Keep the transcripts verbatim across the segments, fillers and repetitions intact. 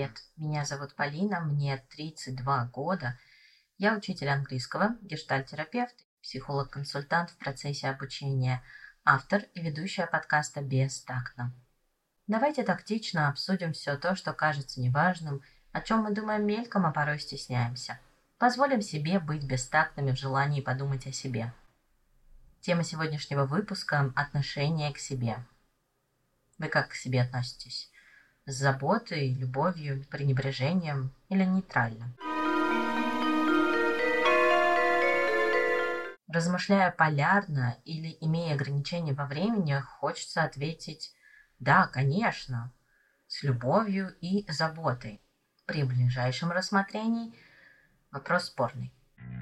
Привет, меня зовут Полина, мне тридцать два года. Я учитель английского, гештальт-терапевт, психолог-консультант в процессе обучения, автор и ведущая подкаста «Бестактно». Давайте тактично обсудим все то, что кажется неважным, о чем мы думаем мельком, а порой стесняемся. Позволим себе быть бестактными в желании подумать о себе. Тема сегодняшнего выпуска – отношение к себе. Вы как к себе относитесь? С заботой, любовью, пренебрежением или нейтрально? Размышляя полярно или имея ограничения во времени, хочется ответить «да, конечно», с любовью и заботой. При ближайшем рассмотрении вопрос спорный.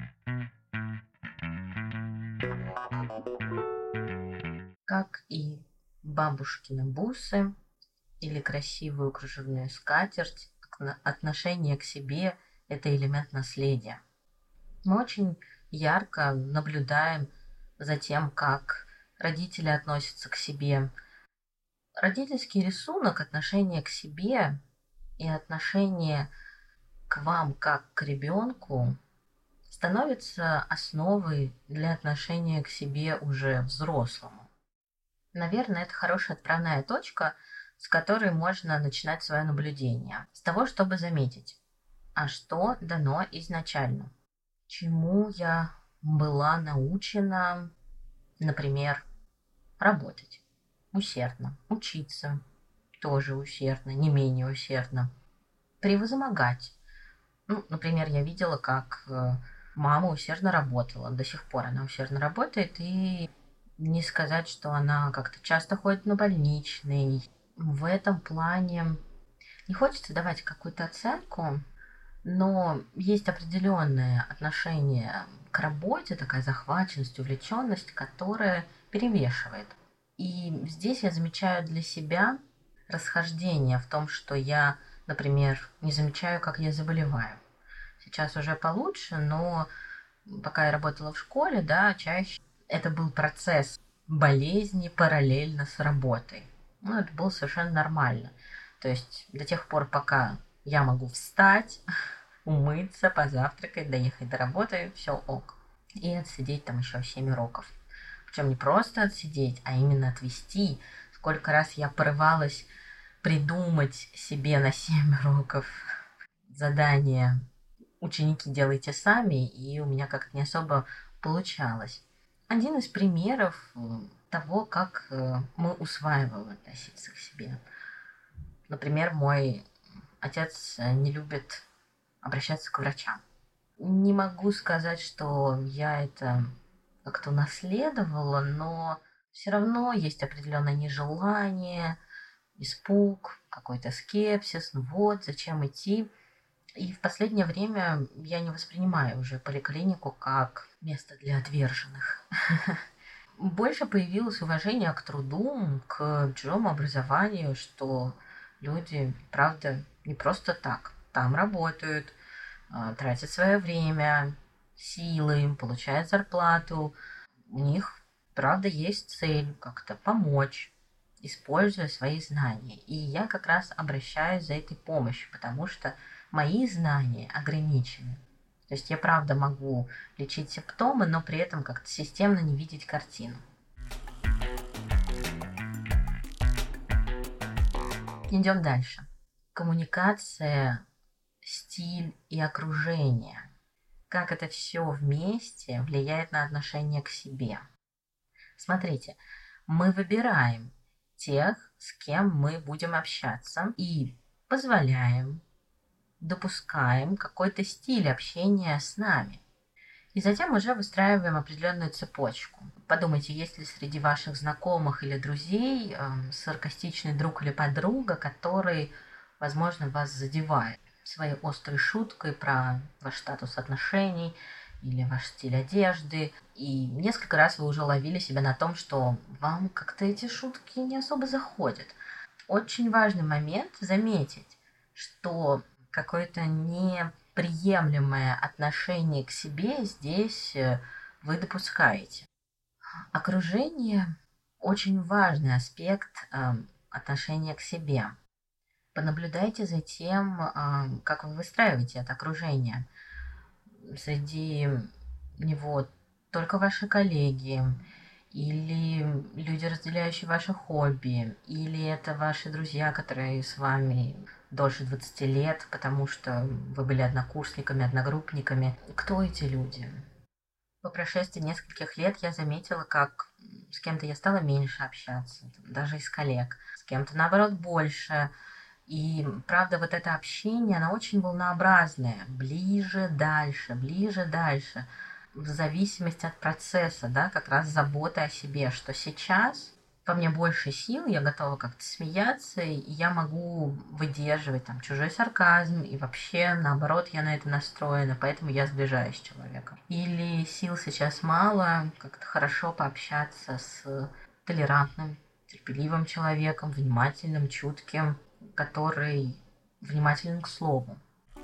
Как и бабушкины бусы или красивую кружевную скатерть, отношение к себе – это элемент наследия. Мы очень ярко наблюдаем за тем, как родители относятся к себе. Родительский рисунок отношения к себе и отношение к вам как к ребенку становится основой для отношения к себе уже взрослому. Наверное, это хорошая отправная точка, с которой можно начинать свое наблюдение. С того, чтобы заметить, а что дано изначально. Чему я была научена, например, работать усердно, учиться тоже усердно, не менее усердно, превозмогать. Ну, например, я видела, как мама усердно работала, до сих пор она усердно работает, и не сказать, что она как-то часто ходит на больничный. В этом плане не хочется давать какую-то оценку, но есть определенное отношение к работе, такая захваченность, увлеченность, которая перевешивает. И здесь я замечаю для себя расхождение в том, что я, например, не замечаю, как я заболеваю. Сейчас уже получше, но пока я работала в школе, да, чаще это был процесс болезни параллельно с работой. Ну, это было совершенно нормально. То есть до тех пор, пока я могу встать, умыться, позавтракать, доехать до работы, все ок. И отсидеть там еще семь уроков. Причем не просто отсидеть, а именно отвести. Сколько раз я порывалась придумать себе на семь уроков задание «Ученики, делайте сами», и у меня как-то не особо получалось. Один из примеров того, как мы усваиваем относиться к себе. Например, мой отец не любит обращаться к врачам. Не могу сказать, что я это как-то унаследовала, но все равно есть определенное нежелание, испуг, какой-то скепсис. Ну вот, зачем идти? И в последнее время я не воспринимаю уже поликлинику как место для отверженных. Больше появилось уважение к труду, к чужому образованию, что люди, правда, не просто так там работают, тратят свое время, силы, получают зарплату. У них, правда, есть цель как-то помочь, используя свои знания. И я как раз обращаюсь за этой помощью, потому что мои знания ограничены. То есть я, правда, могу лечить симптомы, но при этом как-то системно не видеть картину. Идем дальше. Коммуникация, стиль и окружение. Как это все вместе влияет на отношение к себе. Смотрите, мы выбираем тех, с кем мы будем общаться, и позволяем, допускаем какой-то стиль общения с нами. И затем уже выстраиваем определенную цепочку. Подумайте, есть ли среди ваших знакомых или друзей э, саркастичный друг или подруга, который, возможно, вас задевает своей острой шуткой про ваш статус отношений или ваш стиль одежды. И несколько раз вы уже ловили себя на том, что вам как-то эти шутки не особо заходят. Очень важный момент заметить, что какое-то неприемлемое отношение к себе здесь вы допускаете. Окружение – очень важный аспект э, отношения к себе. Понаблюдайте за тем, а, как вы выстраиваете это окружение. Среди него только ваши коллеги, или люди, разделяющие ваши хобби, или это ваши друзья, которые с вами дольше двадцати лет, потому что вы были однокурсниками, одногруппниками. Кто эти люди? По прошествии нескольких лет я заметила, как с кем-то я стала меньше общаться, там, даже из коллег, с кем-то, наоборот, больше. И правда, вот это общение, оно очень волнообразное. Ближе, дальше, ближе, дальше. В зависимости от процесса, да, как раз забота о себе, что сейчас во мне больше сил, я готова как-то смеяться, и я могу выдерживать там чужой сарказм, и вообще, наоборот, я на это настроена, поэтому я сближаюсь с человеком. Или сил сейчас мало, как-то хорошо пообщаться с толерантным, терпеливым человеком, внимательным, чутким, который внимателен к слову.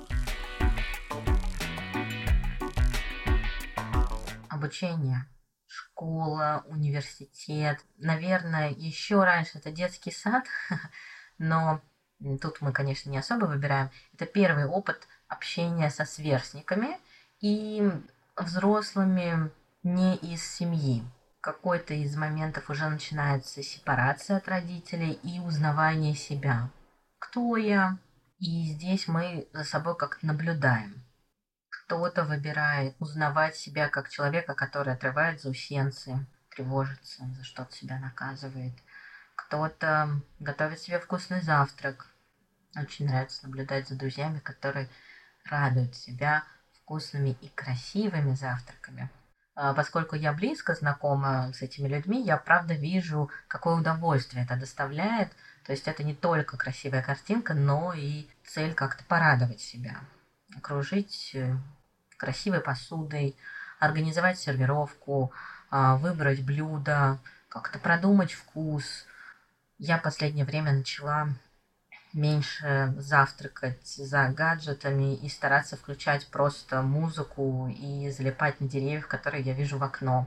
Обучение. Школа, университет. Наверное, еще раньше это детский сад, но тут мы, конечно, не особо выбираем. Это первый опыт общения со сверстниками и взрослыми не из семьи. Какой-то из моментов уже начинается сепарация от родителей и узнавание себя. Кто я? И здесь мы за собой как-то наблюдаем. Кто-то выбирает узнавать себя как человека, который отрывает заусенцы, тревожится, за что-то себя наказывает. Кто-то готовит себе вкусный завтрак. Очень нравится наблюдать за друзьями, которые радуют себя вкусными и красивыми завтраками. Поскольку я близко знакома с этими людьми, я правда вижу, какое удовольствие это доставляет. То есть это не только красивая картинка, но и цель как-то порадовать себя. Окружить красивой посудой, организовать сервировку, выбрать блюдо, как-то продумать вкус. Я в последнее время начала меньше завтракать за гаджетами и стараться включать просто музыку и залипать на деревьях, которые я вижу в окно.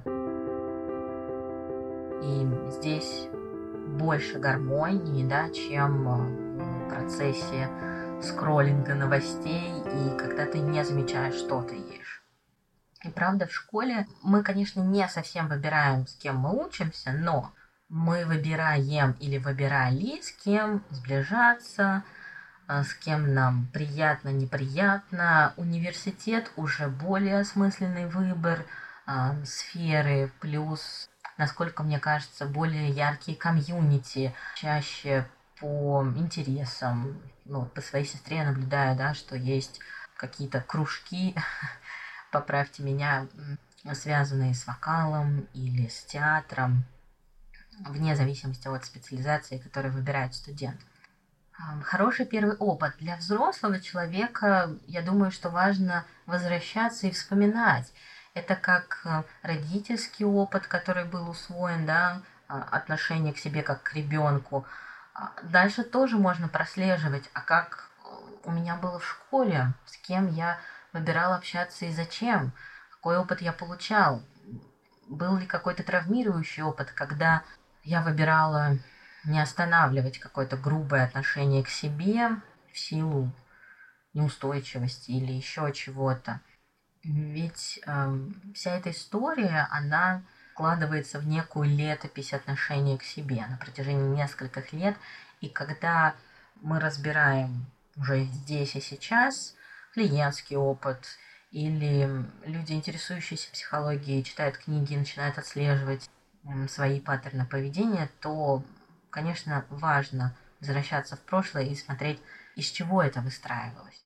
И здесь больше гармонии, да, чем в процессе скроллинга новостей и когда ты не замечаешь, что ты ешь. И правда, в школе мы, конечно, не совсем выбираем, с кем мы учимся, но мы выбираем или выбирали, с кем сближаться, с кем нам приятно, неприятно. Университет уже более осмысленный выбор э, сферы, плюс, насколько мне кажется, более яркие комьюнити, чаще по интересам. Ну, по своей сестре я наблюдаю, да, что есть какие-то кружки, поправьте меня, связанные с вокалом или с театром, вне зависимости от специализации, которую выбирает студент. Хороший первый опыт. Для взрослого человека, я думаю, что важно возвращаться и вспоминать. Это как родительский опыт, который был усвоен, да, отношение к себе как к ребенку. Дальше тоже можно прослеживать, а как у меня было в школе, с кем я выбирал общаться и зачем, какой опыт я получал. Был ли какой-то травмирующий опыт, когда я выбирала не останавливать какое-то грубое отношение к себе в силу неустойчивости или еще чего-то. Ведь э, вся эта история, она вкладывается в некую летопись отношения к себе на протяжении нескольких лет. И когда мы разбираем уже здесь и сейчас клиентский опыт, или люди, интересующиеся психологией, читают книги и начинают отслеживать свои паттерны поведения, то, конечно, важно возвращаться в прошлое и смотреть, из чего это выстраивалось.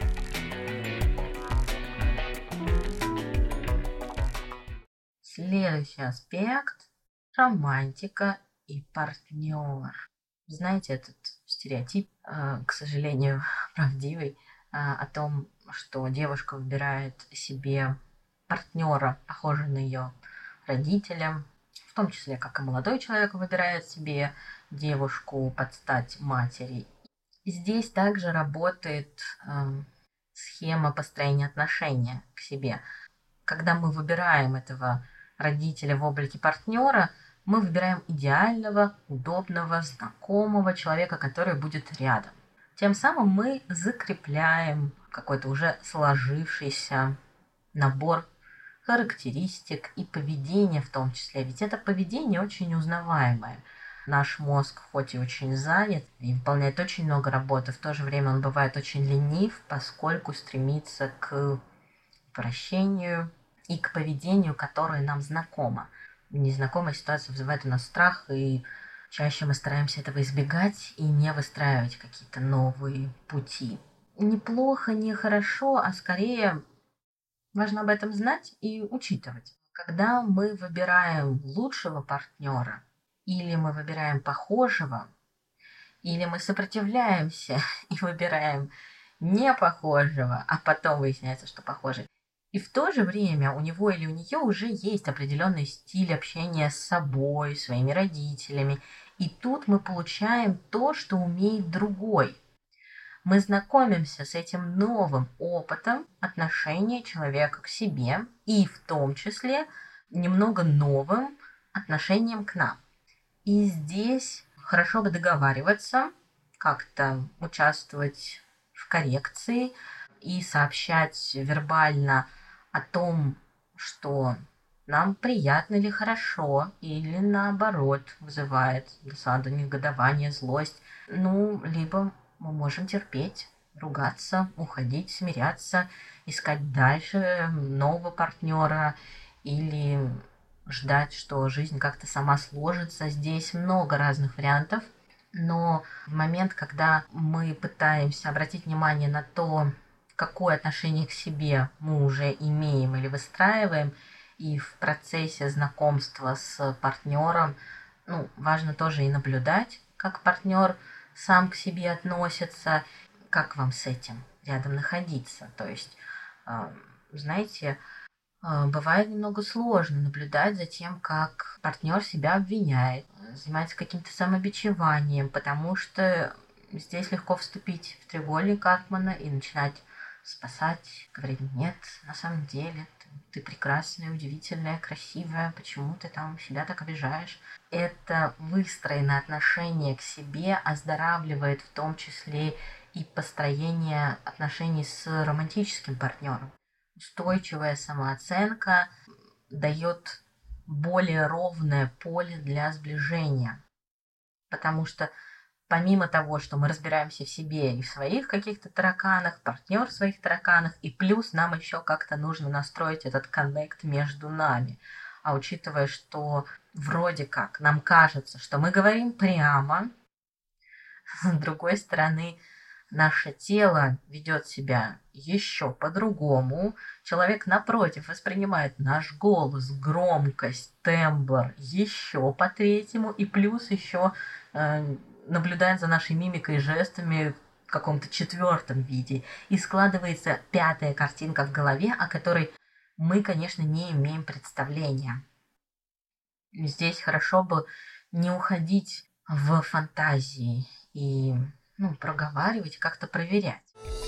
Следующий аспект – романтика и партнер. Знаете, этот стереотип, к сожалению, правдивый, о том, что девушка выбирает себе партнера, похожего на ее родителям, в том числе, как и молодой человек выбирает себе девушку под стать матери. Здесь также работает э, схема построения отношения к себе. Когда мы выбираем этого родителя в облике партнера, мы выбираем идеального, удобного, знакомого человека, который будет рядом. Тем самым мы закрепляем какой-то уже сложившийся набор характеристик и поведения в том числе. Ведь это поведение очень узнаваемое. Наш мозг хоть и очень занят и выполняет очень много работы, в то же время он бывает очень ленив, поскольку стремится к прощению и к поведению, которое нам знакомо. Незнакомая ситуация вызывает у нас страх, и чаще мы стараемся этого избегать и не выстраивать какие-то новые пути. Неплохо, не хорошо, а скорее важно об этом знать и учитывать. Когда мы выбираем лучшего партнера, или мы выбираем похожего, или мы сопротивляемся и выбираем не похожего, а потом выясняется, что похожий, и в то же время у него или у нее уже есть определенный стиль общения с собой, своими родителями. И тут мы получаем то, что умеет другой. Мы знакомимся с этим новым опытом отношения человека к себе и в том числе немного новым отношением к нам. И здесь хорошо бы договариваться, как-то участвовать в коррекции и сообщать вербально о том, что нам приятно или хорошо, или наоборот вызывает досаду, негодование, злость. Ну, либо мы можем терпеть, ругаться, уходить, смиряться, искать дальше нового партнера или ждать, что жизнь как-то сама сложится. Здесь много разных вариантов, но в момент, когда мы пытаемся обратить внимание на то, какое отношение к себе мы уже имеем или выстраиваем, и в процессе знакомства с партнером, ну, важно тоже и наблюдать, как партнер сам к себе относится, как вам с этим рядом находиться. То есть, знаете, бывает немного сложно наблюдать за тем, как партнер себя обвиняет, занимается каким-то самобичеванием, потому что здесь легко вступить в треугольник Карпмана и начинать спасать, говорить: нет, на самом деле ты, ты прекрасная, удивительная, красивая, почему ты там себя так обижаешь? Это выстроенное отношение к себе оздоравливает в том числе и построение отношений с романтическим партнером. Устойчивая самооценка дает более ровное поле для сближения, потому что помимо того, что мы разбираемся в себе и в своих каких-то тараканах, партнер в своих тараканах, и плюс нам еще как-то нужно настроить этот коннект между нами. А учитывая, что вроде как нам кажется, что мы говорим прямо, с другой стороны, наше тело ведет себя еще по-другому. Человек напротив воспринимает наш голос, громкость, тембр еще по-третьему, и плюс еще э, наблюдает за нашей мимикой и жестами в каком-то четвертом виде. И складывается пятая картинка в голове, о которой мы, конечно, не имеем представления. Здесь хорошо бы не уходить в фантазии и ну, проговаривать, как-то проверять.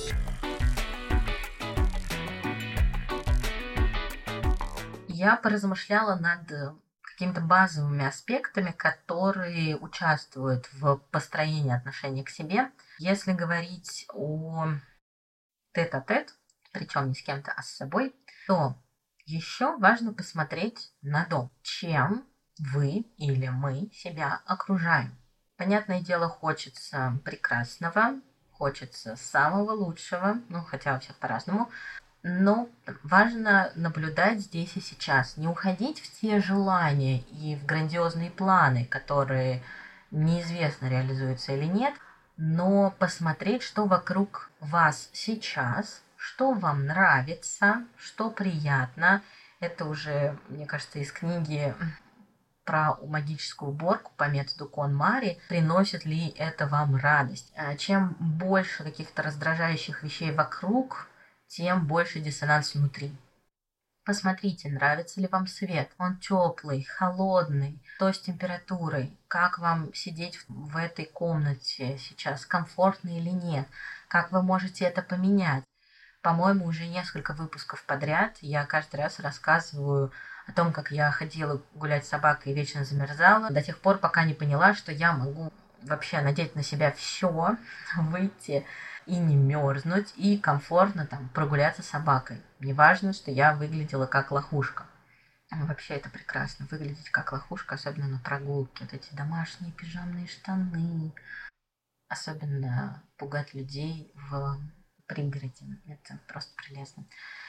Я поразмышляла над какими-то базовыми аспектами, которые участвуют в построении отношений к себе. Если говорить о тет-а-тет, причем не с кем-то, а с собой, то еще важно посмотреть на то, чем вы или мы себя окружаем. Понятное дело, хочется прекрасного, хочется самого лучшего, ну, хотя у всех по-разному, но важно наблюдать здесь и сейчас, не уходить в те желания и в грандиозные планы, которые неизвестно, реализуются или нет, но посмотреть, что вокруг вас сейчас, что вам нравится, что приятно. Это уже, мне кажется, из книги про магическую уборку по методу Кон-Мари, приносит ли это вам радость. Чем больше каких-то раздражающих вещей вокруг, тем больше диссонанс внутри. Посмотрите, нравится ли вам свет. Он теплый, холодный, то с температурой. Как вам сидеть в этой комнате сейчас, комфортно или нет. Как вы можете это поменять. По-моему, уже несколько выпусков подряд я каждый раз рассказываю о том, как я ходила гулять с собакой и вечно замерзала, до тех пор, пока не поняла, что я могу вообще надеть на себя все, выйти и не мерзнуть, и комфортно там прогуляться с собакой. Неважно, что я выглядела как лохушка. Вообще это прекрасно, выглядеть как лохушка, особенно на прогулке. Вот эти домашние пижамные штаны. Особенно пугать людей в пригороде. Это просто прелестно.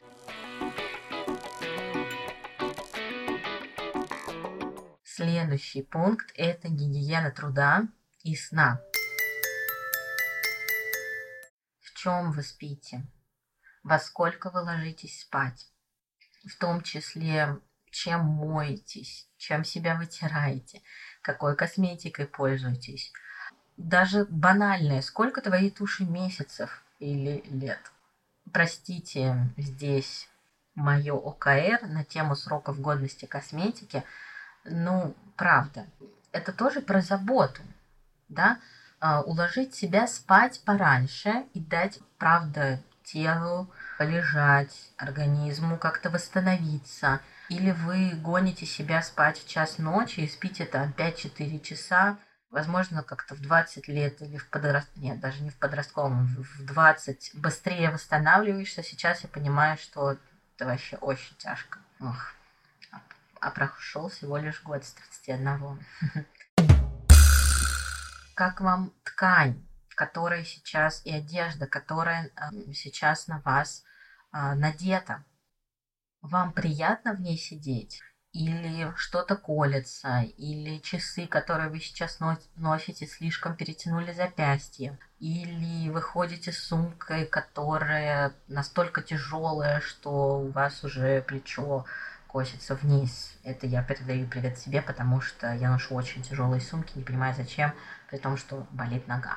Следующий пункт – это гигиена труда и сна. В чем вы спите? Во сколько вы ложитесь спать? В том числе, чем моетесь, чем себя вытираете, какой косметикой пользуетесь. Даже банальное, сколько твоей туши месяцев или лет. Простите, здесь мое ОКР на тему сроков годности косметики. Ну, правда, это тоже про заботу, да? А, уложить себя спать пораньше и дать, правда, телу полежать, организму как-то восстановиться. Или вы гоните себя спать в час ночи и спите там пять-четыре часа, возможно, как-то в двадцать лет или в подростковом, нет, даже не в подростковом, в двадцать быстрее восстанавливаешься. Сейчас я понимаю, что это вообще очень тяжко. Ох. А прошел всего лишь год с тридцати одного. Как вам ткань, которая сейчас, и одежда, которая сейчас на вас надета? Вам приятно в ней сидеть? Или что-то колется? Или часы, которые вы сейчас носите, слишком перетянули запястье? Или вы ходите с сумкой, которая настолько тяжелая, что у вас уже плечо косится вниз? Это я передаю привет себе, потому что я ношу очень тяжелые сумки, не понимаю зачем, при том, что болит нога.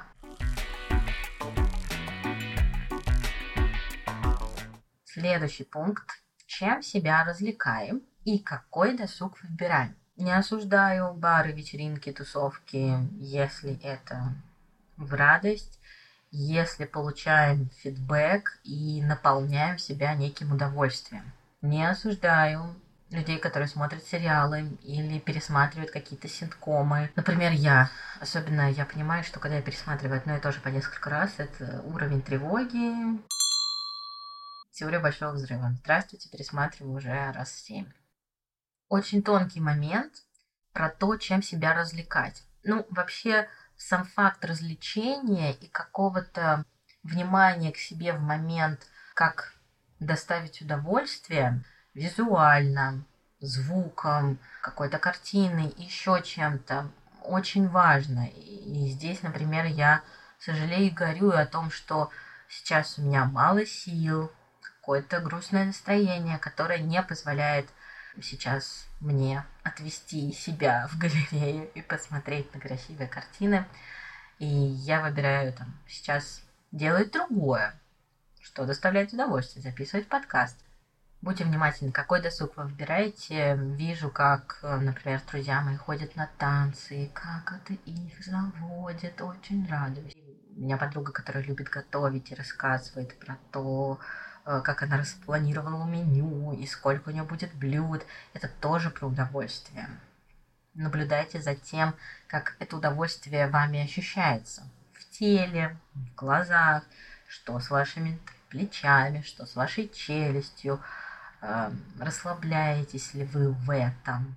Следующий пункт. Чем себя развлекаем и какой досуг выбираем? Не осуждаю бары, вечеринки, тусовки, если это в радость, если получаем фидбэк и наполняем себя неким удовольствием. Не осуждаю людей, которые смотрят сериалы или пересматривают какие-то ситкомы. Например, я. Особенно я понимаю, что когда я пересматриваю одно и то же по несколько раз, это уровень тревоги. Теория большого взрыва. Здравствуйте, пересматриваю уже раз семь. Очень тонкий момент про то, чем себя развлекать. Ну, вообще, сам факт развлечения и какого-то внимания к себе в момент, как доставить удовольствие визуально, звуком, какой-то картиной, еще чем-то, очень важно. И здесь, например, я сожалею и горюю о том, что сейчас у меня мало сил, какое-то грустное настроение, которое не позволяет сейчас мне отвести себя в галерею и посмотреть на красивые картины. И я выбираю там сейчас делать другое, что доставляет удовольствие, записывать подкаст. Будьте внимательны, какой досуг вы выбираете. Вижу, как, например, друзья мои ходят на танцы, как это их заводит, очень радуюсь. У меня подруга, которая любит готовить и рассказывает про то, как она распланировала меню и сколько у нее будет блюд. Это тоже про удовольствие. Наблюдайте за тем, как это удовольствие вами ощущается в теле, в глазах, что с вашими плечами, что с вашей челюстью. Расслабляетесь ли вы в этом?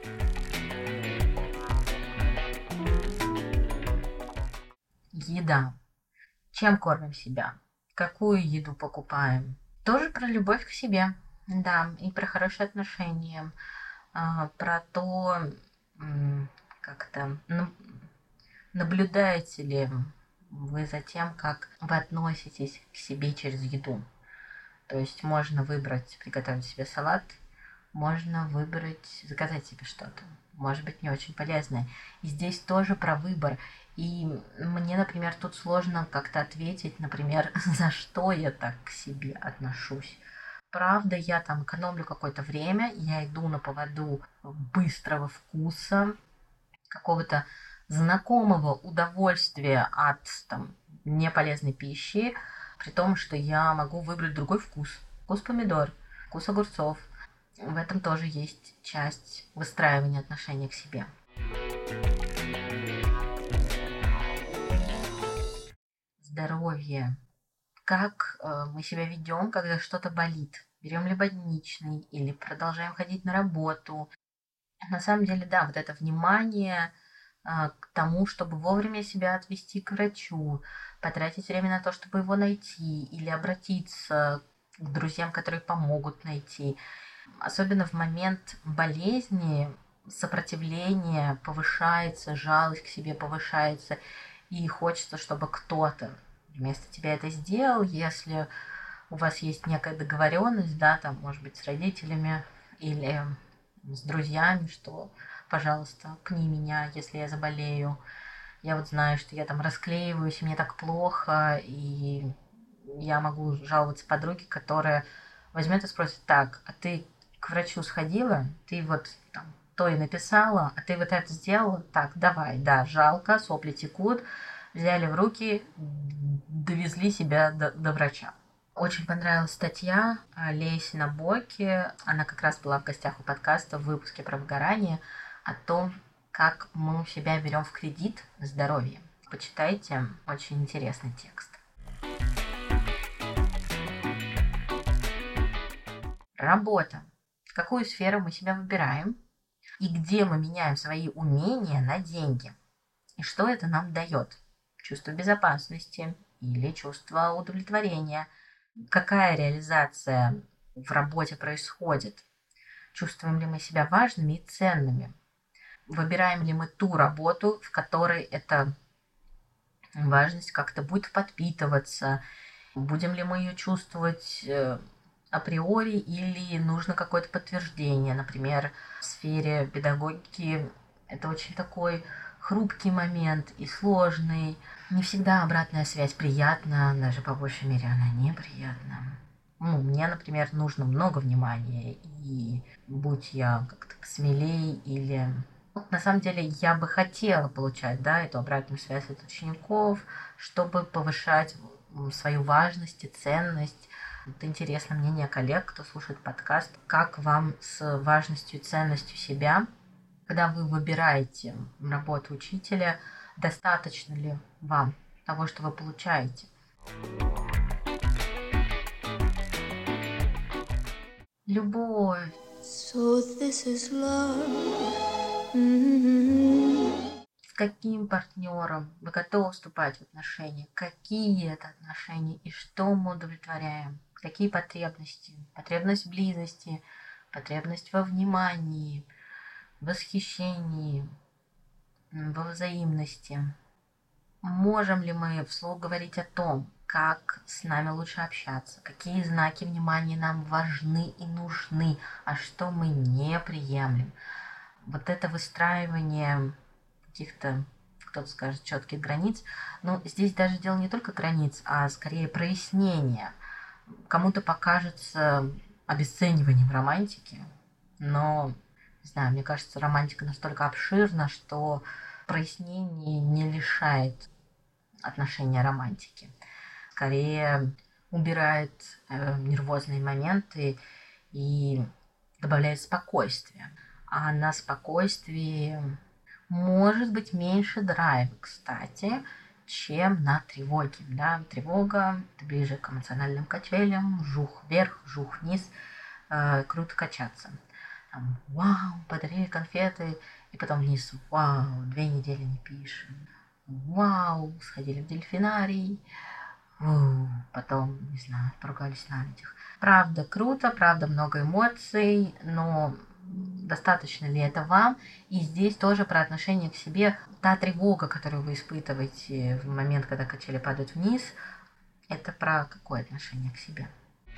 Еда. Чем кормим себя? Какую еду покупаем? Тоже про любовь к себе, да, и про хорошие отношения, про то, как-то наблюдаете ли вы за тем, как вы относитесь к себе через еду. То есть можно выбрать, приготовить себе салат, можно выбрать, заказать себе что-то, может быть, не очень полезное. И здесь тоже про выбор. И мне, например, тут сложно как-то ответить, например, за что я так к себе отношусь. Правда, я там экономлю какое-то время, я иду на поводу быстрого вкуса, какого-то знакомого удовольствия от там, неполезной пищи, при том, что я могу выбрать другой вкус. Вкус помидор, вкус огурцов. В этом тоже есть часть выстраивания отношения к себе. здоровье. Как э, мы себя ведем, когда что-то болит. Берем ли больничный или продолжаем ходить на работу. На самом деле, да, вот это внимание а, к тому, чтобы вовремя себя отвести к врачу, потратить время на то, чтобы его найти, или обратиться к друзьям, которые помогут найти. Особенно в момент болезни сопротивление повышается, жалость к себе повышается, и хочется, чтобы кто-то вместо тебя это сделал, если у вас есть некая договоренность, да, там, может быть, с родителями или с друзьями, что, пожалуйста, пни меня, если я заболею. Я вот знаю, что я там расклеиваюсь, мне так плохо, и я могу жаловаться подруге, которая возьмет и спросит: так, а ты к врачу сходила? Ты вот там то и написала, а ты вот это сделала? Так, давай, да, жалко, сопли текут. Взяли в руки, довезли себя до, до врача. Очень понравилась статья Леси Набоки. Она как раз была в гостях у подкаста в выпуске про выгорание о том, как мы у себя берем в кредит здоровье. Почитайте, очень интересный текст. Работа. В какую сферу мы себя выбираем и где мы меняем свои умения на деньги. И что это нам дает? Чувство безопасности или чувство удовлетворения? Какая реализация в работе происходит? Чувствуем ли мы себя важными и ценными? Выбираем ли мы ту работу, в которой эта важность как-то будет подпитываться? Будем ли мы ее чувствовать априори или нужно какое-то подтверждение? Например, в сфере педагогики это очень такой хрупкий момент и сложный. Не всегда обратная связь приятна, даже по большей мере она неприятна. Ну, мне, например, нужно много внимания, и будь я как-то смелее или... На самом деле я бы хотела получать, да, эту обратную связь от учеников, чтобы повышать свою важность и ценность. Вот интересно мнение коллег, кто слушает подкаст, как вам с важностью и ценностью себя, когда вы выбираете работу учителя, достаточно ли вам того, что вы получаете? Любовь. So this is love. Mm-hmm. С каким партнером вы готовы вступать в отношения? Какие это отношения и что мы удовлетворяем? Какие потребности? Потребность близости, потребность во внимании, восхищении, во взаимности. Можем ли мы вслух говорить о том, как с нами лучше общаться, какие знаки внимания нам важны и нужны, а что мы не приемлем? Вот это выстраивание каких-то, кто-то скажет, четких границ, но здесь даже дело не только границ, а скорее прояснение. Кому-то покажется обесцениванием романтики, но, не знаю, мне кажется, романтика настолько обширна, что прояснение не лишает отношения романтики. Скорее убирает э, нервозные моменты и добавляет спокойствие. А на спокойствии может быть меньше драйва, кстати, чем на тревоге. Да? Тревога – это ближе к эмоциональным качелям, жух вверх, жух вниз, э, круто качаться. Там, вау, подарили конфеты, и потом вниз, вау, две недели не пишем. Вау, сходили в дельфинарий, у, потом, не знаю, поругались на людях. Правда, круто, правда, много эмоций, но достаточно ли это вам? И здесь тоже про отношение к себе. Та тревога, которую вы испытываете в момент, когда качели падают вниз, это про какое отношение к себе?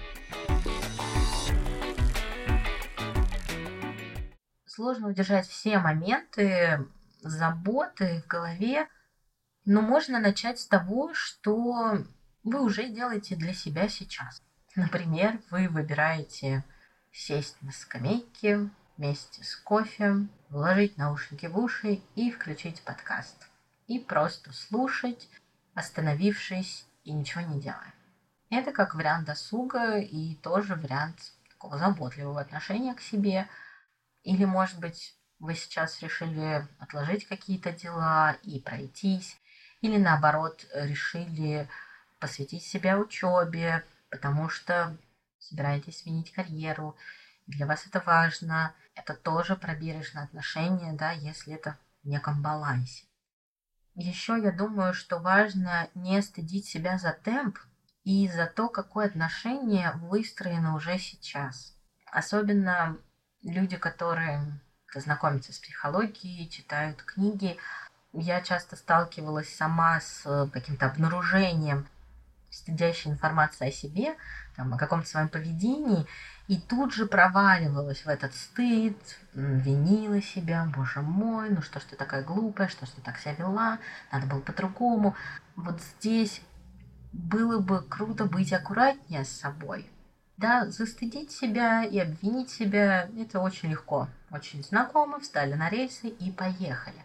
Сложно удержать все моменты заботы в голове, но можно начать с того, что вы уже делаете для себя сейчас. Например, вы выбираете сесть на скамейке вместе с кофе, вложить наушники в уши и включить подкаст. И просто слушать, остановившись и ничего не делая. Это как вариант досуга и тоже вариант такого заботливого отношения к себе. Или, может быть, вы сейчас решили отложить какие-то дела и пройтись, или наоборот решили посвятить себя учебе, потому что собираетесь сменить карьеру, для вас это важно, это тоже про бережное отношение, да, если это в неком балансе. Еще я думаю, что важно не стыдить себя за темп и за то, какое отношение выстроено уже сейчас. Особенно люди, которые знакомятся с психологией, читают книги. Я часто сталкивалась сама с каким-то обнаружением стыдящей информации о себе, там, о каком-то своем поведении, и тут же проваливалась в этот стыд, винила себя, боже мой, ну что ж ты такая глупая, что ж ты так себя вела, надо было по-другому. Вот здесь было бы круто быть аккуратнее с собой. Да, застыдить себя и обвинить себя – это очень легко. Очень знакомо, встали на рельсы и поехали.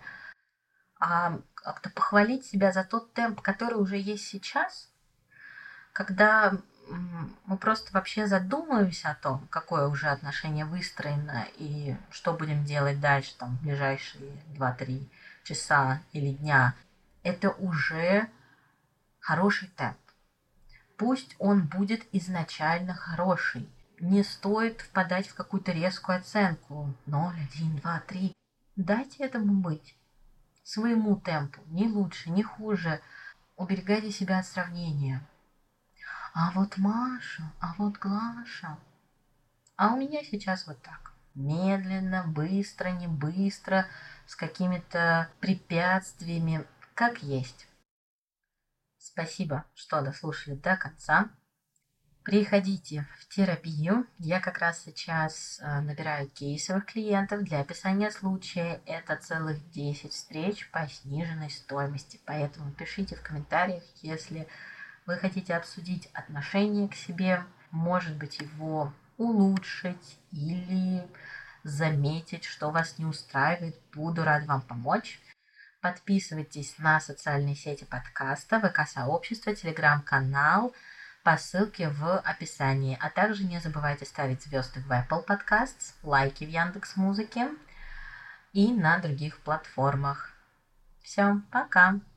А как-то похвалить себя за тот темп, который уже есть сейчас, когда мы просто вообще задумываемся о том, какое уже отношение выстроено и что будем делать дальше, там, в ближайшие два-три часа или дня, это уже хороший темп. Пусть он будет изначально хороший. Не стоит впадать в какую-то резкую оценку. ноль, один, два, три. Дайте этому быть. Своему темпу. Ни лучше, ни хуже. Уберегайте себя от сравнения. А вот Маша, а вот Глаша. А у меня сейчас вот так. Медленно, быстро, не быстро, с какими-то препятствиями, как есть. Спасибо, что дослушали до конца. Приходите в терапию. Я как раз сейчас набираю кейсовых клиентов для описания случая. Это целых десять встреч по сниженной стоимости. Поэтому пишите в комментариях, если вы хотите обсудить отношение к себе, может быть, его улучшить или заметить, что вас не устраивает. Буду рад вам помочь. Подписывайтесь на социальные сети подкаста, ВК-сообщество, Телеграм-канал по ссылке в описании. А также не забывайте ставить звезды в Apple Podcasts, лайки в Яндекс.Музыке и на других платформах. Все, пока!